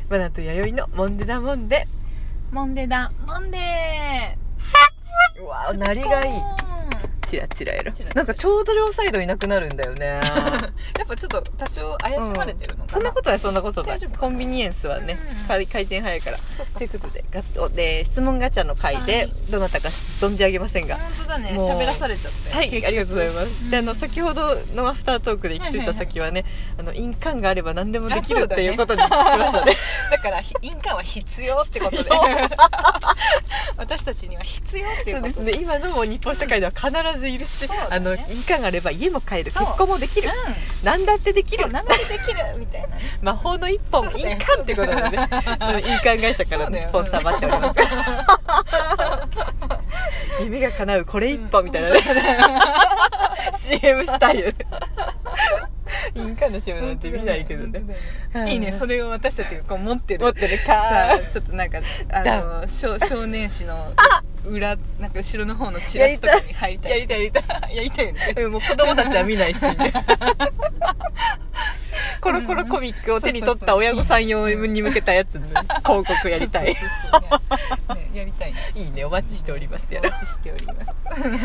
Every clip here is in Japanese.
マナと弥生のモンデダモンデ。 モンデだモンデうわー、鳴りがいい。チラチラやろ。なんかちょうど両サイドいなくなるんだよね。 やっぱちょっと多少怪しまれてるのかな、 そんなことないそんなことない。 大丈夫かな。 コンビニエンスはね、回転早いから。 そっかということでで質問ガチャの回で、 はいどなたか存じ上げませんが、 本当だね、 もう喋らされちゃって。 はい、ありがとうございます。で、先ほどのアフタートークで行き着いた先はね、印鑑があれば何でもできるっていうことに着きましたね。 だから印鑑は必要ってことで私たちには必要っていうことそうですね。今のも日本社会では必ずいるし、 そうだね印鑑があれば家も買える、 そう結婚もできる、何だってできる、 何だってできるみたいなね。 魔法の一本、 そうだよ印鑑ってことでね、印鑑会社からのスポンサー待っております。夢が叶うこれ一本みたいなね、CM したいよね。印鑑の CM なんて見ないけどね。 いいね、それを私たちがこう持ってる持ってるかさあ、ちょっとなんか少年誌の裏、なんか後ろの方のチラシとかに入りたい。 やりたいやりたいよね。 もう子供たちは見ないし、コロコロコミックを手に取った親御さん用に向けたやつの広告やりたい。 そうね、やりたいね。 いいね、お待ちしております。 お待ちしております。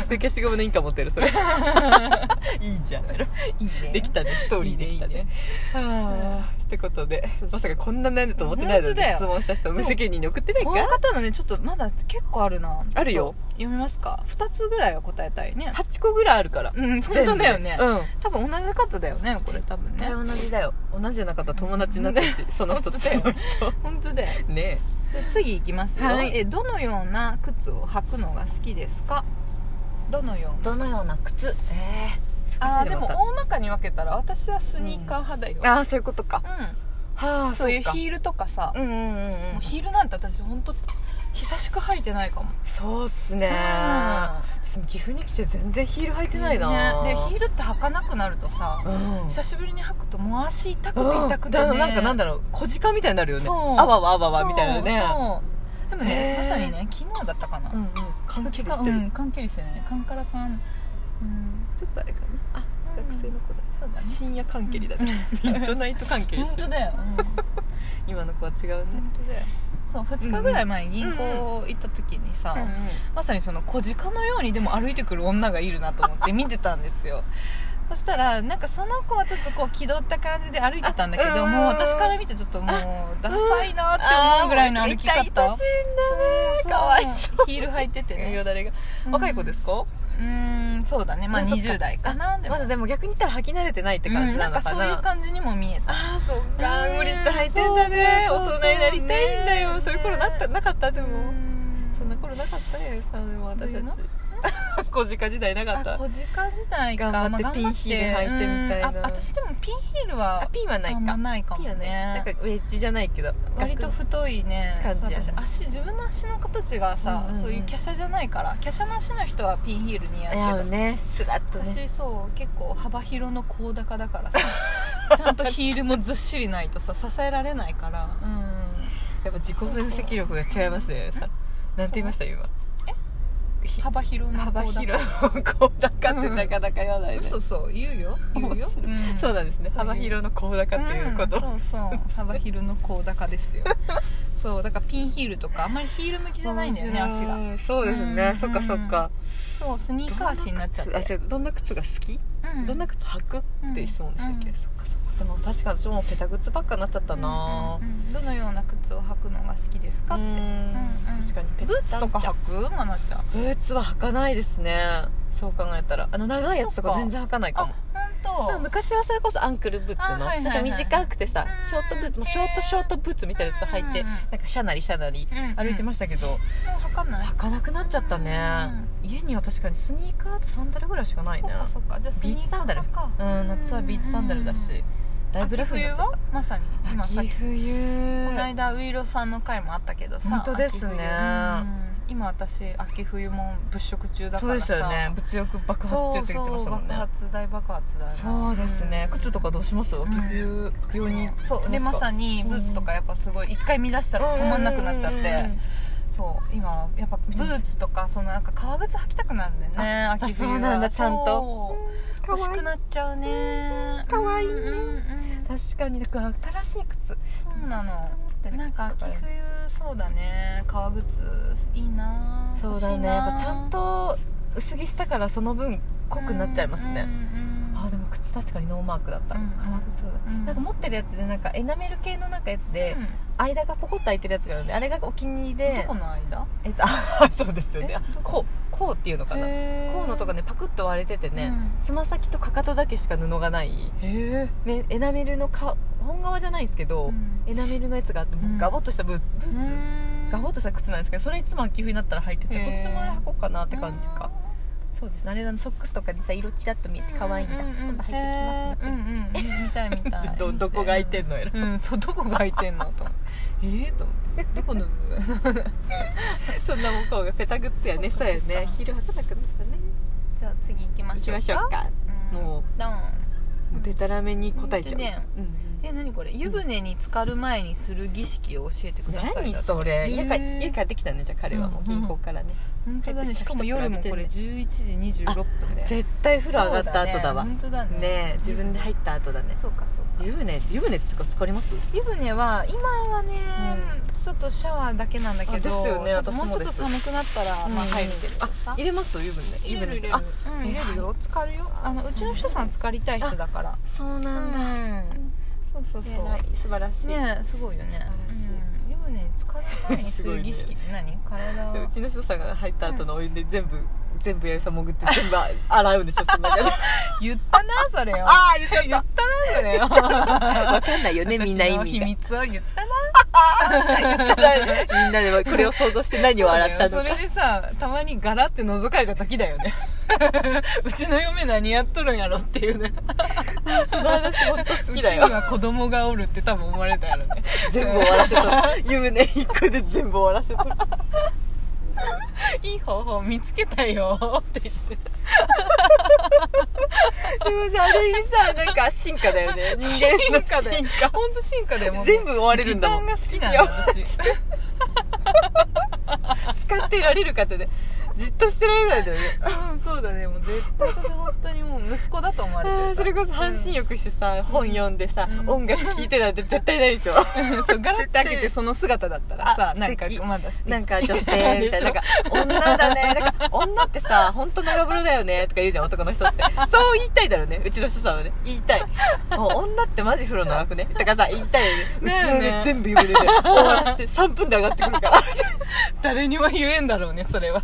で、消しゴムの印鑑持ってる、それ。いいじゃん。 いいね。 できたね、ストーリーできたね。はぁ、ってことで、まさかこんな悩むと思ってないので、質問した人無責任に送ってないか。 この方のね、ちょっとまだ結構あるな。 あるよ。 読みますか。2つぐらいは答えたいね。 8個ぐらいあるから。 うん、そうだよね。 うん。 多分同じ方だよね、これ多分ね。 同じだよ。同じじゃなかったら友達になったし、その人とその人。 本当だよ。 ねで次いきますよ、 はい。 どのような靴を履くのが好きですか。どのような。 どのような靴。 でも大まかに分けたら私はスニーカー派だよ。 ああ、そういうことか。はあ、 そういうヒールとかさ、もうヒールなんて私本当久しく履いてないかも。 そうっすね。私も岐阜に来て全然ヒール履いてないな。 でヒールって履かなくなるとさ、久しぶりに履くともう足痛くて痛くてね、 なんだろう、小鹿みたいになるよね。 そうあわわあわわみたいなね。 でもね、まさにね、昨日だったかな、 カンケリしてる。 カンケリしてね、カンからカン、 ちょっとあれかな。あ、学生の子だ。 そうだね。 深夜カンケリだね。ミッドナイトカンケリしてる。 本当だよ。 今の子は違うね。 本当だよ。そう、2日ぐらい前に銀行行った時にさ、まさにその小鹿のようにでも歩いてくる女がいるなと思って見てたんですよ。そしたらなんかその子はちょっとこう気取った感じで歩いてたんだけど、もう私から見てちょっともうダサいなって思うぐらいの歩き方。 痛々しいんだね。かわいそう。 ヒール履いててね。 よだれが。若い子ですか？ そうだね、まあ20代かな。 まだでも逆に言ったら履き慣れてないって感じなのかな。 なんかそういう感じにも見えた。 ああ、そっか。無理して履いてんだね。大人になりたいんだよ。そういう頃なかったでも。そんな頃なかったよ。さ、でも私たち。小鹿時代なかった。 小鹿時代か。 頑張ってピンヒール履いてみたいな。 私でもピンヒールはピンはないか。 あんまないかもね。 なんかウェッジじゃないけど割と太いね感じや。 私自分の足の形がさ、そういう華奢じゃないから、華奢な足の人はピンヒール似合うけどね、スラッとね。 私そう結構幅広の高高だからさちゃんとヒールもずっしりないとさ支えられないから、 やっぱ自己分析力が違いますね。なんて言いました今。 幅広の高ってなかなか言わないね。 そう言うよ、 そうなんですね。幅広の高高っていうこと。 そう幅広の高高ですよ。そうだからピンヒールとかあんまりヒール向きじゃないんだよね、足が。 そうですね。そっかそっか。 そう、スニーカー足になっちゃって。 どんな靴が好き？どんな靴履くって質問でしたっけ？そっかそっか。でも確かに私もペタ靴ばっかになっちゃったな。 どのような靴を履くのが好きですかって。 確かにブーツとか履く？マナちゃん。 ブーツは履かないですね。そう考えたら長いやつとか全然履かないかも。昔はそれこそアンクルブーツのなんか短くてさ、ショートブーツもショートブーツみたいなやつ履いて、なんかシャナリ歩いてましたけど、もう履かなくなっちゃったね。家には確かにスニーカーとサンダルぐらいしかないね。 そっか、じゃあビーチサンダル。夏はビーチサンダルだし、だいぶラフになっちゃった。 まさに今さっき秋冬この間ウイロさんの回もあったけどさ、 本当ですね。 今私秋冬も物色中だからさ。 そうですよね。物欲爆発中って言ってましたもんね。 大爆発だよね。 そうですね。靴とかどうします？秋冬用に。 そうでまさにブーツとかやっぱすごい一回見出したら止まんなくなっちゃって、そう今やっぱブーツとかそのなんか革靴履きたくなるんだよね、秋冬は。 そうなんだ、ちゃんと欲しくなっちゃうね。 かわいいね、確かに。だから新しい靴、 そうなの。なんか秋冬そうだね、革靴いいな。 そうだね、やっぱちゃんと薄着したからその分濃くなっちゃいますね。でも靴確かにノーマークだった、革靴だ、なんか持ってるやつでなんかエナメル系のなんかやつで、間がポコッと開いてるやつがあるので、あれがお気に入りで。 どこの間？ そうですよね、こうっていうのかな、こうのとかねパクッと割れててね、つま先とかかとだけしか布がない、エナメルの本革じゃないんですけど、エナメルのやつがあって、ガボッとしたブーツ、ガボッとした靴なんですけど、それいつも秋冬になったら履いてて、今年もあれ履こうかなって感じか。そうですね、あれソックスとかにさ色チラッと見えて可愛いんだ、今度入ってきますね。 見たい見たい。 どこが開いてんのやろ。 そう、どこが開いてんのと思ってと思ってどこの部分そんなもんこうがペタグッズやね。そうやね、ヒール履かなくなったね。 じゃあ次行きましょうか。 もうデタラメに答えちゃう。 何これ、湯船に浸かる前にする儀式を教えてください。 何それ、家帰ってきたね。じゃあ彼はもう銀行からね。 本当だね、しかも夜もこれ11時26分で、 絶対風呂上がった後だわ。 本当だね、 自分で入った後だね。 そうかそうか。 湯船ってか浸かります？ 湯船は今はね、ちょっとシャワーだけなんだけど、 ですよね、 もうちょっと寒くなったら入るけどさ。入れます？湯船入れるよ、浸かるよ。うちの人さん浸かりたい人だから。 そうなんだ。 そう素晴らしいね、すごいよね。湯船に浸かる前にする儀式って何？体を。 うちの人さんが入った後のお湯で全部八重さん潜って全部洗うんでしょ、その中で。 言ったなそれを。言ったなそれを。 わかんないよね、みんな意味が。 秘密を言ったな。 みんなでこれを想像して何を洗ったのか。 それでさ、たまにガラって覗かれた時だよね。うちの嫁何やっとるんやろっていうね。 その話本当好きだよ。 うちには子供がおるって多分思われたやろね。 全部終わらせとる。湯船一個で全部終わらせとる。 いい方法見つけたよって言って。 でもさ、ある意味さ、なんか進化だよね。人間の進化。 本当進化だよ。もう全部終われるんだもん。 時短が好きなんだ私。 使ってられるかってね、じっとしてられないんだよね。 そうだね、もう絶対私本当にもう息子だと思われてる。 それこそ半身浴してさ、本読んでさ、音楽聴いてなんて絶対ないでしょ。 そうガラッて開けてその姿だったらさ、なんかまだ素敵、 なんか女性みたいな、なんか女だね、なんか女ってさ本当長風呂だよねとか言うじゃん、男の人って。そう言いたいだろうね、うちの人さんはね。言いたい、もう女ってマジ風呂長くねとかさ言いたいよね。うちのね全部湯船で終わらせて3分で上がってくるから。 誰にも言えんだろうねそれは。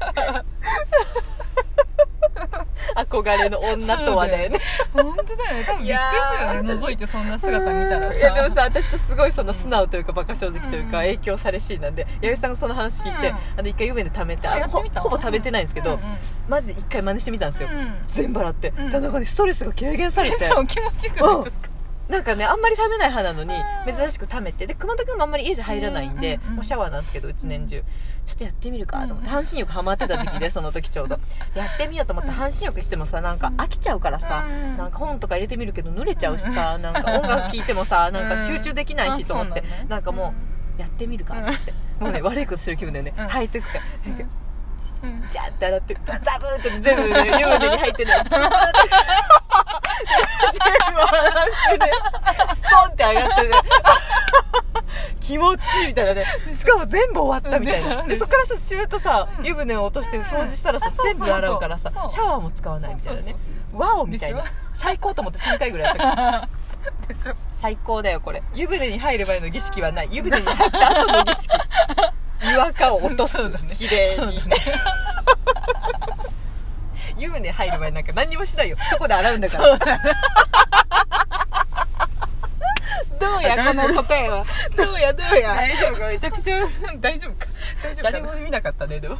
憧れの女とはだよね。 本当だよね、多分びっくりするよね、覗いてそんな姿見たらさ。 いやでもさ、私とすごいその素直というかバカ正直というか影響されしいなんで、弥生さんがその話聞いて、一回湯船で溜めて、ほぼ食べてないんですけど、マジで一回真似してみたんですよ。全部洗って、なんかねストレスが軽減されて、 気持ちよくなっちゃった。 なんかね、あんまり食べない派なのに珍しく食べて、で熊田君もあんまり家じゃ入らないんで、もうシャワーなんですけど一年中、ちょっとやってみるかと思って、半身浴ハマってた時期で、その時ちょうどやってみようと思って、半身浴してもさなんか飽きちゃうからさ、なんか本とか入れてみるけど濡れちゃうしさ、なんか音楽聴いてもさなんか集中できないしと思って、なんかもうやってみるかと思って、もうね悪いことする気分だよね。入ってくからジャーって洗って、ザブーって全部、ね、湯船に入ってない。全部洗ってね、スポンって上がってね。気持ちいいみたいなね。しかも全部終わったみたいな。でそっからさシューとさ湯船を落として掃除したらさ全部洗うからさ、シャワーも使わないみたいなね。ワオみたいな。最高と思って3回ぐらいやったから。でしょ。最高だよこれ。湯船に入る前の儀式はない。湯船に入った後の儀式。湯垢を落とす、きれいに。湯船入る前なんか何にもしないよ、そこで洗うんだから。 どうやこの答えは。どうや大丈夫か、めちゃくちゃ大丈夫か。 誰も見なかったねでも。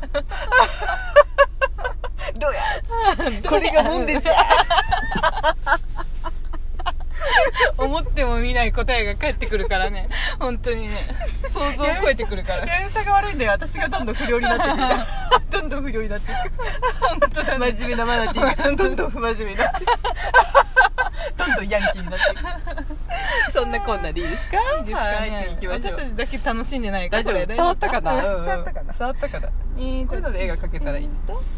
どうやこれがもんでじゃ。 思っても見ない答えが返ってくるからね、本当にね、想像を超えてくるから。 弥生さんが悪いんだよ、私がどんどん不良になっていく。どんどん不良になっていく。 本当だ、ね、 真面目なマナティーがどんどん不真面目になってどんどんヤンキーになっていく。そんなこんなでいいですか？ いいですかね。 次行きましょう。 私たちだけ楽しんでないか。 大丈夫？伝わったかな？ 伝わったかな。 こういうので絵が描けたらいい。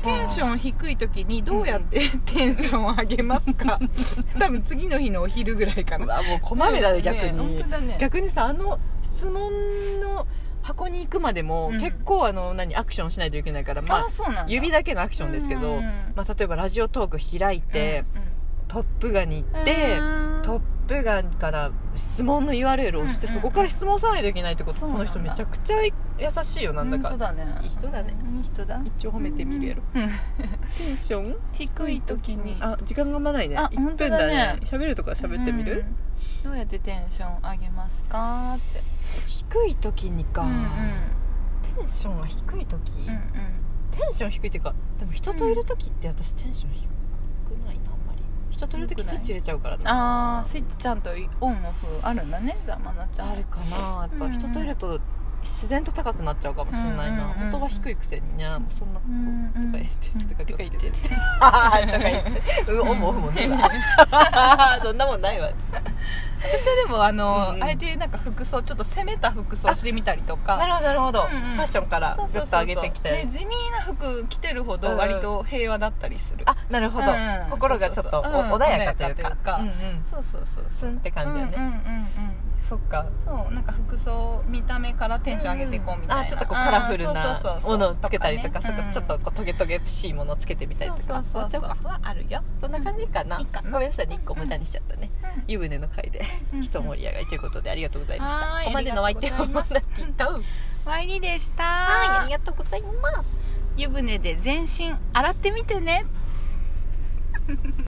テンション低い時にどうやってテンション上げますか？多分次の日のお昼ぐらいかな。 もうこまめだね、逆に。 本当だね。 逆にさ、質問の箱に行くまでも結構アクションしないといけないから、指だけのアクションですけど、例えばラジオトーク開いて、トップガンに行って、トップガンから質問の URL を押して、そこから質問さないといけないってこと。その人めちゃくちゃ優しいよ。なんだか本当だね。 いい人だね。 いい人だ。 一応褒めてみるやろ。テンション低い時に、 時間がまないね。1分だね。喋るとか喋ってみる？ どうやってテンション上げますかって。 低い時にか。テンションが低い時、テンション低いっていうか、でも人といる時って私テンション低くないな。人といる時スイッチ入れちゃうからな。スイッチちゃんとオンオフあるんだね。じゃあまなちゃんあるかな。やっぱ人といると自然と高くなっちゃうかもしれないな。元は低いくせにね、もうそんなこととか言ってオンもオフもねそんなもんないわ。 私はでもあえてなんか服装ちょっと攻めた服装してみたりとか。 なるほどなるほど。ファッションからグッと上げてきたり。 地味な服着てるほど割と平和だったりする。 なるほど。心がちょっと穏やかというか。 そうスンって感じよね。そっか。 そう、なんか服装見た目からテンション上げていこうみたいな。 ちょっとこうカラフルなものをつけたりとか、ちょっとこうトゲトゲしいものをつけてみたりとか。 そうはあるよ。 そんな感じかな。ごめんなさいね、1個無駄にしちゃったね。湯船の回で一盛り上がりということでありがとうございました。ここまでのお相手はまなきとワイリでした。 ありがとうございます。 湯船で全身洗ってみてね。